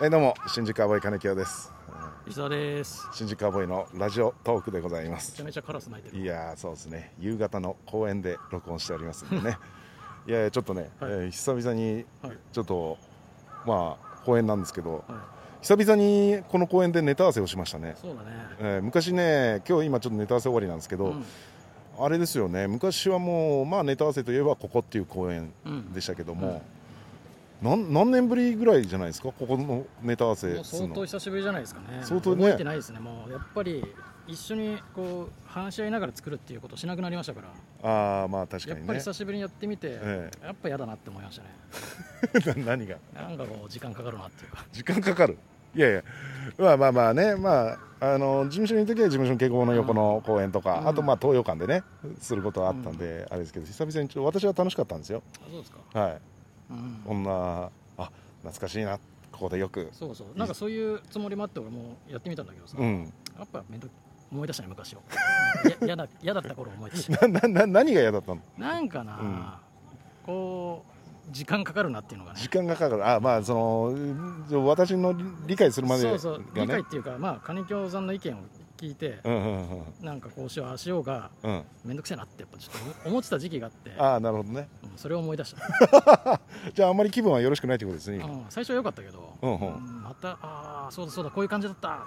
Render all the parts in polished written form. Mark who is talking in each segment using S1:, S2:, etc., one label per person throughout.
S1: どうも新宿アボーイ金清です。
S2: 石田です。
S1: 新宿アボーイのラジオトークでございま
S2: め
S1: す。
S2: ちゃめちゃカラス鳴いてる。
S1: いやー、そうですね、夕方の公園で録音しておりますんでねいやいやちょっとね、久々にちょっと、まあ公園なんですけど、久々にこの公園でネタ合わせをしましたね。
S2: そうだね、
S1: 昔ね、今日今ちょっとネタ合わせ終わりなんですけど、あれですよね、昔はもう、まあ、ネタ合わせといえばここっていう公園でしたけども、何年ぶりぐらいじゃないですか、ここのネタ合わせ
S2: もう相当久しぶりじゃないですかね。
S1: 相当ね、
S2: 覚えてないですね。もうやっぱり一緒にこう話し合いながら作るっていうことをしなくなりましたから。
S1: ああ、まあ確かにね、
S2: やっぱり久しぶりにやってみて、やっぱ嫌だなって思いましたね
S1: 何が
S2: なんかこう時間かかるなっていうか。
S1: 時間かかる。いやいや、まあまあね、まあ、事務所にいる時は事務所の稽古場の横の公園とか、あとまあ東洋館でねすることはあったんで、あれですけど、久々にちょっと私は楽しかったんですよ。
S2: あ、そうですか。
S1: はい、こんな懐かしいな、ここでよく。
S2: そうそう、なんかそういうつもりもあって俺もやってみたんだけどさ、やっぱ思い出したね、昔を嫌だった頃を思い出した
S1: 何が嫌だったの？
S2: なんかな、こう時間かかるなっていうのがね。
S1: 時間がかかる。まあその私の理解するまでがね、
S2: そう理解っていうか、まあ金京さんの意見を聞いて、なんかこうしようああしようが面倒くせえなってやっぱちょっと思ってた時期があって、
S1: なるほどね、
S2: それを思い出した
S1: じゃああんまり気分はよろしくないということですね。
S2: 最初は良かったけど、またそうだこういう感じだったと思って。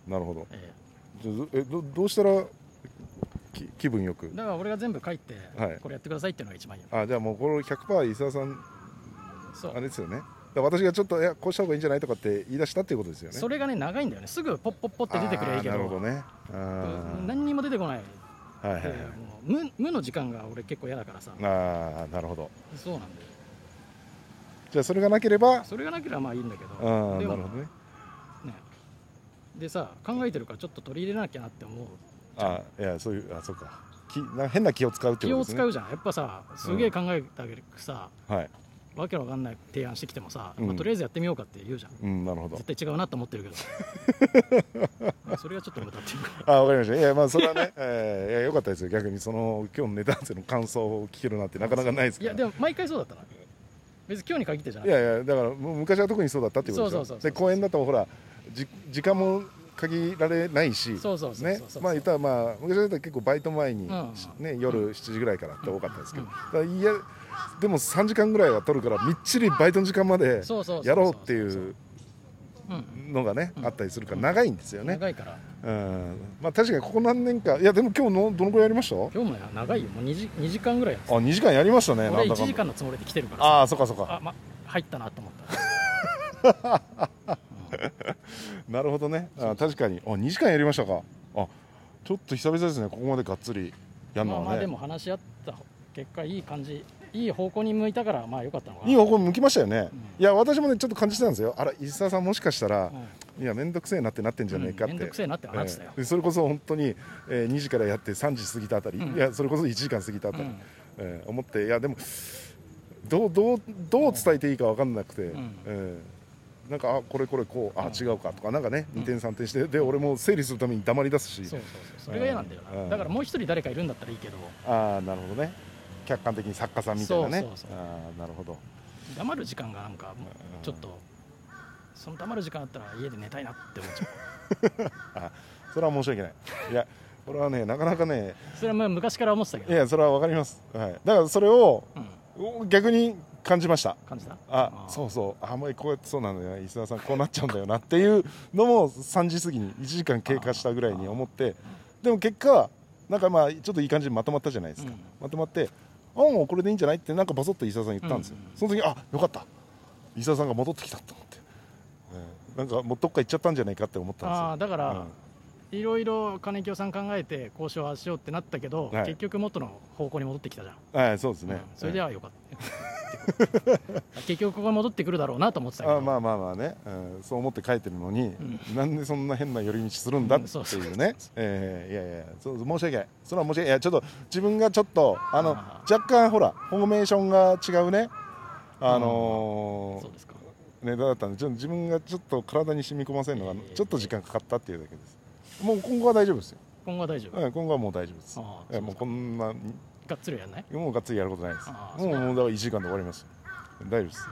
S1: なるほど。どうしたら気分よく？
S2: だから俺が全部書いて、これやってくださいっていうのが一番いい。
S1: じゃあもうこれ 100% 伊沢さんあれですよね。私がちょっとこうした方がいいんじゃないとかって言い出したっていうことですよね。
S2: それがね長いんだよね。すぐポッポッポって出てくればいいけど、
S1: なるほどね、
S2: 何にも出てこない。無の時間が俺結構嫌だからさ。
S1: なるほど。
S2: そうなんだよ。
S1: じゃあそれがなければ
S2: まあいいんだけど、
S1: なるほどね。
S2: でさ、考えてるからちょっと取り入れなきゃなって思う。
S1: いや、そうか、変な気を使うってことですね。
S2: 気を使うじゃん。やっぱさ、すげえ考えてあげるさ、わけわかんない提案してきてもさ、とりあえずやってみようかって言うじゃん。
S1: なるほど。
S2: 絶対違うなと思ってるけどそれはちょっと無駄っていうか。
S1: わかりました。いや、まあそれはねいや、よかったですよ。逆にその今日のネタ合わせの感想を聞けるなんてなかなかないですから。
S2: いやでも毎回そうだったな。別に今日に限ってじゃない。
S1: いやだから昔は特にそうだったっていうことでしょ。で公演だとほら時間も限られないし、ね、まあ言ったら昔だったら結構バイト前にね、夜7時ぐらいからって多かったですけど、いやでも3時間ぐらいは取るからみっちりバイトの時間までやろうっていうのがねあったりするから長いんですよね。
S2: 長いから。
S1: まあ確かにここ何年か、いやでも今日のどのくらいやりました？
S2: 今日も長いよ。もう2時間ぐらいやってた。
S1: 2時間やりましたね。
S2: 俺1時間のつもりで来てるからさ。
S1: そうか。
S2: 入ったなと思った
S1: なるほどね。確かに2時間やりましたか。ちょっと久々ですね、ここまでがっつりやるのはね。
S2: まあでも話し合った結果いい感じ、いい方向に向いたからまあ良かったのかな。
S1: いい方向に向きましたよね。いや私もねちょっと感じてたんですよ。石澤さんもしかしたらいや面倒くせえなってなってんじゃないかって。
S2: 面倒くせえなってなってたよ。
S1: それこそ本当に2時からやって3時過ぎたあたり、いやそれこそ1時間過ぎたあたり思って、いやでもどう伝えていいか分かんなくて、なんかこれこう違うかとかなんかね2点3点してで俺も整理するために黙り出すし、
S2: それが嫌なんだよな。だからもう一人誰かいるんだったらいいけど。
S1: なるほどね。客観的に作家さんみたいなね。なるほど。
S2: 黙る時間がなんかちょっとその黙る時間だったら家で寝たいなって思っちゃう
S1: それは申し訳ない。いやこれはねなかなかね、
S2: それは昔から思ってたけど。
S1: いやそれは分かります。だからそれを逆に感じました。
S2: 感じた。
S1: そうあんまりこうやってそうなんだよ、石澤さんこうなっちゃうんだよなっていうのも3時過ぎに1時間経過したぐらいに思って、でも結果なんかちょっといい感じにまとまったじゃないですか。まとまってもうこれでいいんじゃないってなんかバソッと石澤さん言ったんですよ。その時よかった、石澤さんが戻ってきたと思って、なんかもうどっか行っちゃったんじゃないかって思ったんですよ。
S2: だからいろいろ金清さん考えてこうしようしようってなったけど、結局元の方向に戻ってきたじゃん。
S1: そうですね。
S2: それではよかった結局ここに戻ってくるだろうなと思ってたけど、
S1: まあね、そう思って書いてるのに、なんでそんな変な寄り道するんだっていうね。いや申し訳ない。それは申し訳ない。いやちょっと自分がちょっと若干ほらフォーメーションが違うね
S2: そうですか。
S1: ネタだったんで、自分がちょっと体に染み込ませるのがちょっと時間かかったっていうだけです。もう今後は大丈夫ですよ。
S2: 今後は大丈夫。
S1: 今後はもう大丈夫です。もうこんな
S2: がっつりやんない。
S1: もうがっつりやることないです。もうだから1時間で終わります。大丈夫です。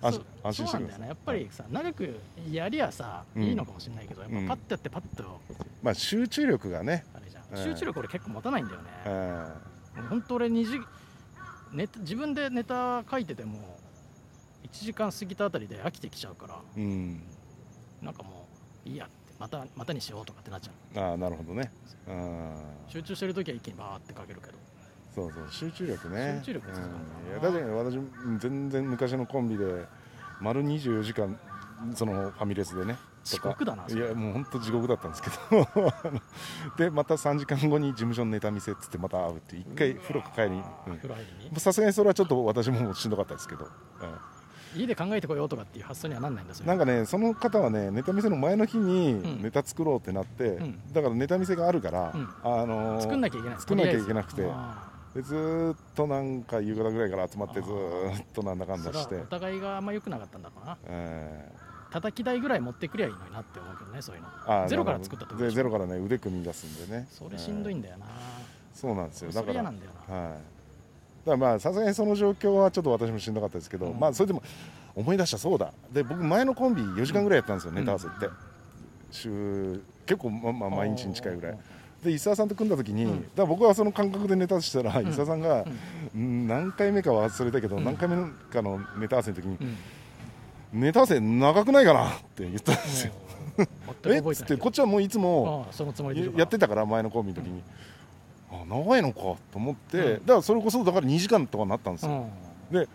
S1: 安心してください。
S2: そうなんだよね、やっぱりさ、長くやりゃさ、いいのかもしれないけど、やっぱパッとやってパッと、
S1: まあ集中力がね、
S2: あれじゃん、集中力俺結構持たないんだよね。
S1: も
S2: う本当俺自分でネタ書いてても1時間過ぎたあたりで飽きてきちゃうから、なんかもういいやってまたにしようとかってなっちゃう。
S1: ああ、なるほどね。
S2: 集中してるときは一気にバーって書けるけど。
S1: そう集中力ね。
S2: 集中力ですか。
S1: いや確かに私全然昔のコンビで丸24時間そのファミレスでね、
S2: 地獄だな。
S1: いやもう本当地獄だったんですけどでまた3時間後に事務所のネタ見せっつってまた会うって一回風呂帰りに、さすがにそれはちょっと私もしんどかったですけど、
S2: 家で考えてこようとかっていう発想にはなんないんだ。
S1: なんかね、その方はね、ネタ見せの前の日にネタ作ろうってなって、だからネタ見せがあるから、
S2: 作んなきゃいけなくて、
S1: でずっとなんか夕方ぐらいから集まってずっとなんだかんだして、
S2: お互いがあんま良くなかったんだろうな。叩き台ぐらい持ってくりゃいいのになって思うけどね、そういうの。ゼロから作ったってことでしょ。
S1: ゼロからね、腕組み出すんでね。
S2: それしんどいんだよな。
S1: そうなんですよ。
S2: だから嫌なんだよな。
S1: だからまあさすがにその状況はちょっと私もしんどかったですけど、まあそれでも思い出した。そうだ。で僕前のコンビ4時間ぐらいやったんですよ、ネタ合わせって。結構まあ毎日に近いぐらい。で伊沢さんと組んだ時に、だから僕はその感覚でネタしたら、伊沢さんが、何回目かは忘れたけど、何回目かのネタ合わせの時に、ネタ合わせ長くないかなって言ったんですよ。えっつって、こっちはもういつもやってたから、前のコンビの時に、長いのかと思って、だからそれこそだから2時間とかになったんですよ。で、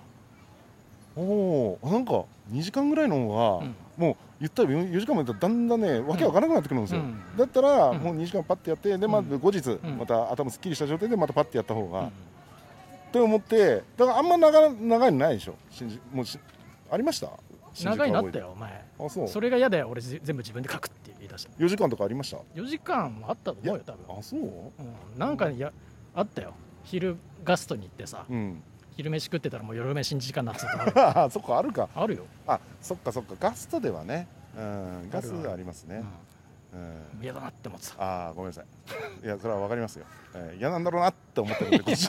S1: なんか2時間ぐらいの方が、もう言ったら4時間もやったらだんだんね、わけわからなくなってくるんですよ。だったらもう2時間パッてやって、でまず後日また頭すっきりした状態でまたパッてやった方がって思って、だからあんま長いのないでしょ。もうありました？
S2: 長いなったよお前。それが嫌で俺全部自分で書くって言い出した。
S1: 4時間とかありました？
S2: 4時間もあったと思うよ多分。
S1: そう？
S2: なんかあったよ。昼ガストに行ってさ、昼飯食ってたらもう夜飯2時間になってた。
S1: あそっか、あるか。
S2: あるよ。
S1: そっかガストではね、ガスありますね。
S2: 嫌だなって思ってた。
S1: ごめんなさい。いやそれはわかりますよ。嫌なんだろうなって思ってるんで。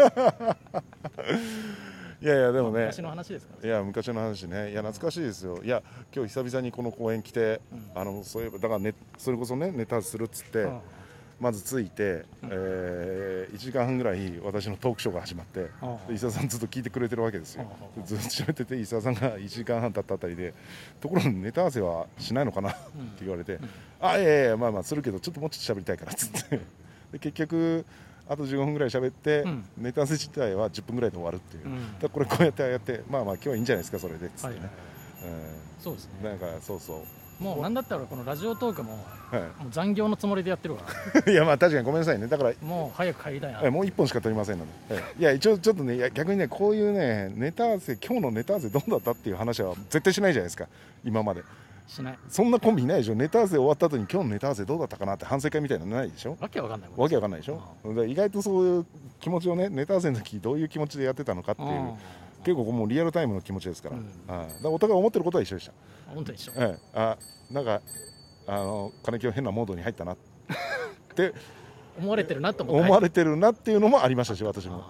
S1: いやでもね、
S2: 昔の話ですから。
S1: いや昔の話ね。いや懐かしいですよ。いや今日久々にこの公演来て、そういえばだからね、それこそねネタするっつって、まず着いて、1時間半ぐらい私のトークショーが始まって、伊沢さんずっと聞いてくれてるわけですよ。ずっと喋ってて、伊沢さんが1時間半経ったあたりで、ところネタ合わせはしないのかなって言われて、まあするけどちょっともうちょっと喋りたいからっつってで結局あと15分ぐらい喋って、ネタ合わせ自体は10分ぐらいで終わるっていう、だこれこうやってまあ今日はいいんじゃないですかそれでっつってね。
S2: そうですね。
S1: なんかそう
S2: もうなんだったらこのラジオトークも、もう残業のつもりでやってるから。
S1: いやまあ確かにごめんなさいね。だから
S2: もう早く帰りたいな。
S1: もう1本しか取りませんので。いや一応ちょっとね、逆にね、こういうねネタ合わせ、今日のネタ合わせどうだったっていう話は絶対しないじゃないですか、今まで。
S2: しない。
S1: そんなコンビいないでしょ。ネタ合わせ終わった後に今日のネタ合わせどうだったかなって反省会みたいなのないでしょ。
S2: わけわかんない
S1: でしょ。意外とそういう気持ちをね、ネタ合わせの時どういう気持ちでやってたのかっていう、結構もうリアルタイムの気持ちですから。だからお互い思ってることは一緒でした。
S2: 本当に一緒。
S1: なんか金木は変なモードに入ったなって
S2: 思われてるなと
S1: 思われてるなっていうのもありましたし、私も。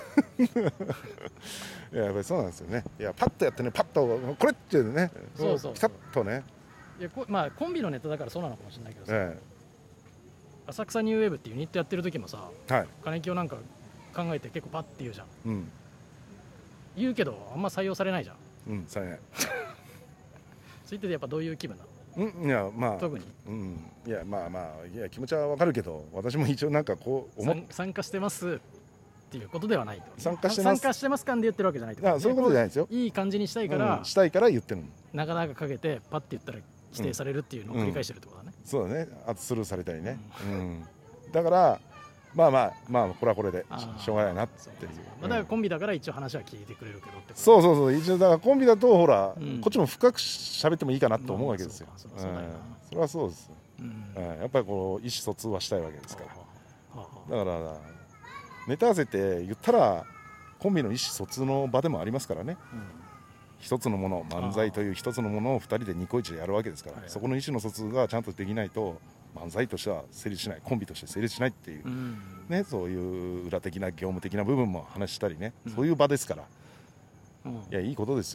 S1: いややっぱりそうなんですよね。いやパッとやってね、パッとこれっていうね、ピタッとね。
S2: いやまあコンビのネタだからそうなのかもしれないけどさ、浅草ニューウェーブっていうユニットやってる時もさ、金木をなんか考えて結構パッて言うじゃん。言うけどあんま採用されないじゃん。
S1: されない。
S2: それってやっぱどういう気分なの？
S1: いやまあ
S2: 特に、
S1: いやまあいや気持ちはわかるけど、私も一応なんかこう
S2: 参加してますっていうことではないと。
S1: 参加して
S2: ます感で言ってるわけじゃないと。
S1: そういうことじゃないですよ。
S2: いい感じにしたいから
S1: 言ってるの。
S2: なかなかかけてパッて言ったら否定されるっていうのを繰り返してるってことだね。
S1: そうだね。あとスルーされたりね。だからまあこれはこれでしょうがないなっていう。
S2: だからコンビだから一応話は聞いてくれるけどって。
S1: そう一応だからコンビだとほら、こっちも深く喋ってもいいかなと思うわけですよ。それはそうです。やっぱりこう意思疎通はしたいわけですから。だからネタ合わせって言ったらコンビの意思疎通の場でもありますからね。一つのもの、漫才という一つのものを2人でニコイチでやるわけですから、そこの意思の疎通がちゃんとできないと漫才としては成立しない、コンビとして成立しないっていう、ね、そういう裏的な業務的な部分も話したりね、そういう場ですから、いやいいことですよ。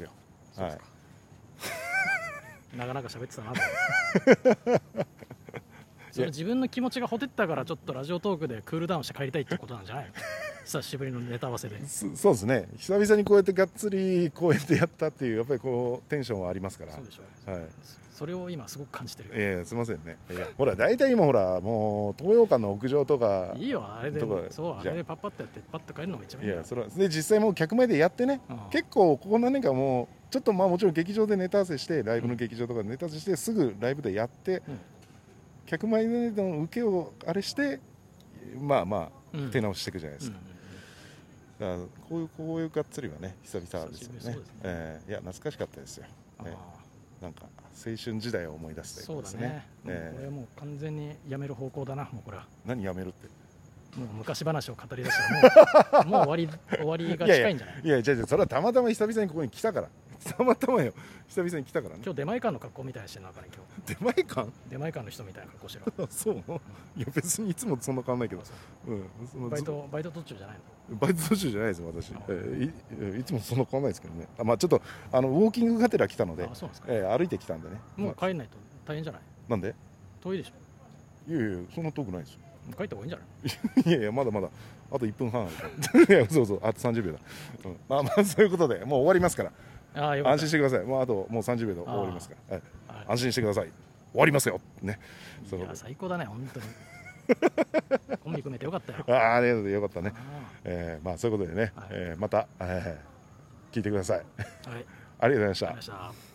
S1: はい、
S2: なかなか喋ってたなとそれ自分の気持ちがほてったからちょっとラジオトークでクールダウンして帰りたいってことなんじゃないの久しぶりのネタ合わせで。
S1: そうですね、久々にこうやってがっつり公園でやったっていうやっぱりこうテンションはありますから。
S2: そうでしょ、はい、それを今すごく感じてる。
S1: すいませんね。ほら大体今ほらもう東洋館の屋上とか
S2: いいよ、あれでそうあれでパッパッとやってパッと帰るのが一番いい。
S1: それはで実際もう客前でやってね、結構ここ何年かもうちょっとまあもちろん劇場でネタ合わせしてライブの劇場とかでネタ合わせしてすぐライブでやって、客前での受けをあれしてまあまあ手直ししていくじゃないですか。だからこういうがっつりはね久々ですよね。いや懐かしかったですよ。なんか青春時代を思い出すということですね。
S2: これはもう完全にやめる方向だな。もうこれは
S1: 何やめるって
S2: もう昔話を語り出したらもう終わりが近いんじゃない。
S1: いやそれはたまたま久々にここに来たからたまたまよ久々に来たからね。
S2: 今日出前館の格好みたいにしてるのかね。今
S1: 日出前館
S2: の人みたいな格好して
S1: るそういや別にいつもそんな変わんないけど、
S2: バイト途中じゃないの。
S1: バイト途中じゃないです私、いつもそんな変わんないですけどね。まあちょっとウォーキングがてら来たので、歩いてきたんでね。
S2: もう帰んないと大変じゃない。
S1: なんで
S2: 遠いでしょ。
S1: いやそんな遠くないですよ。
S2: 帰った方がいいんじゃない。
S1: いやまだまだあと1分半あるいやそうあと30秒だ、まあそういうことでもう終わりますから。安心してください。もうあともう30秒で終わりますから、安心してください。終わりますよね。
S2: いや最高だね本当にコンビ組めてよかったよ。
S1: ありがとうよかったね。まあそういうことでね、また、聞いてください。ありがとうございました。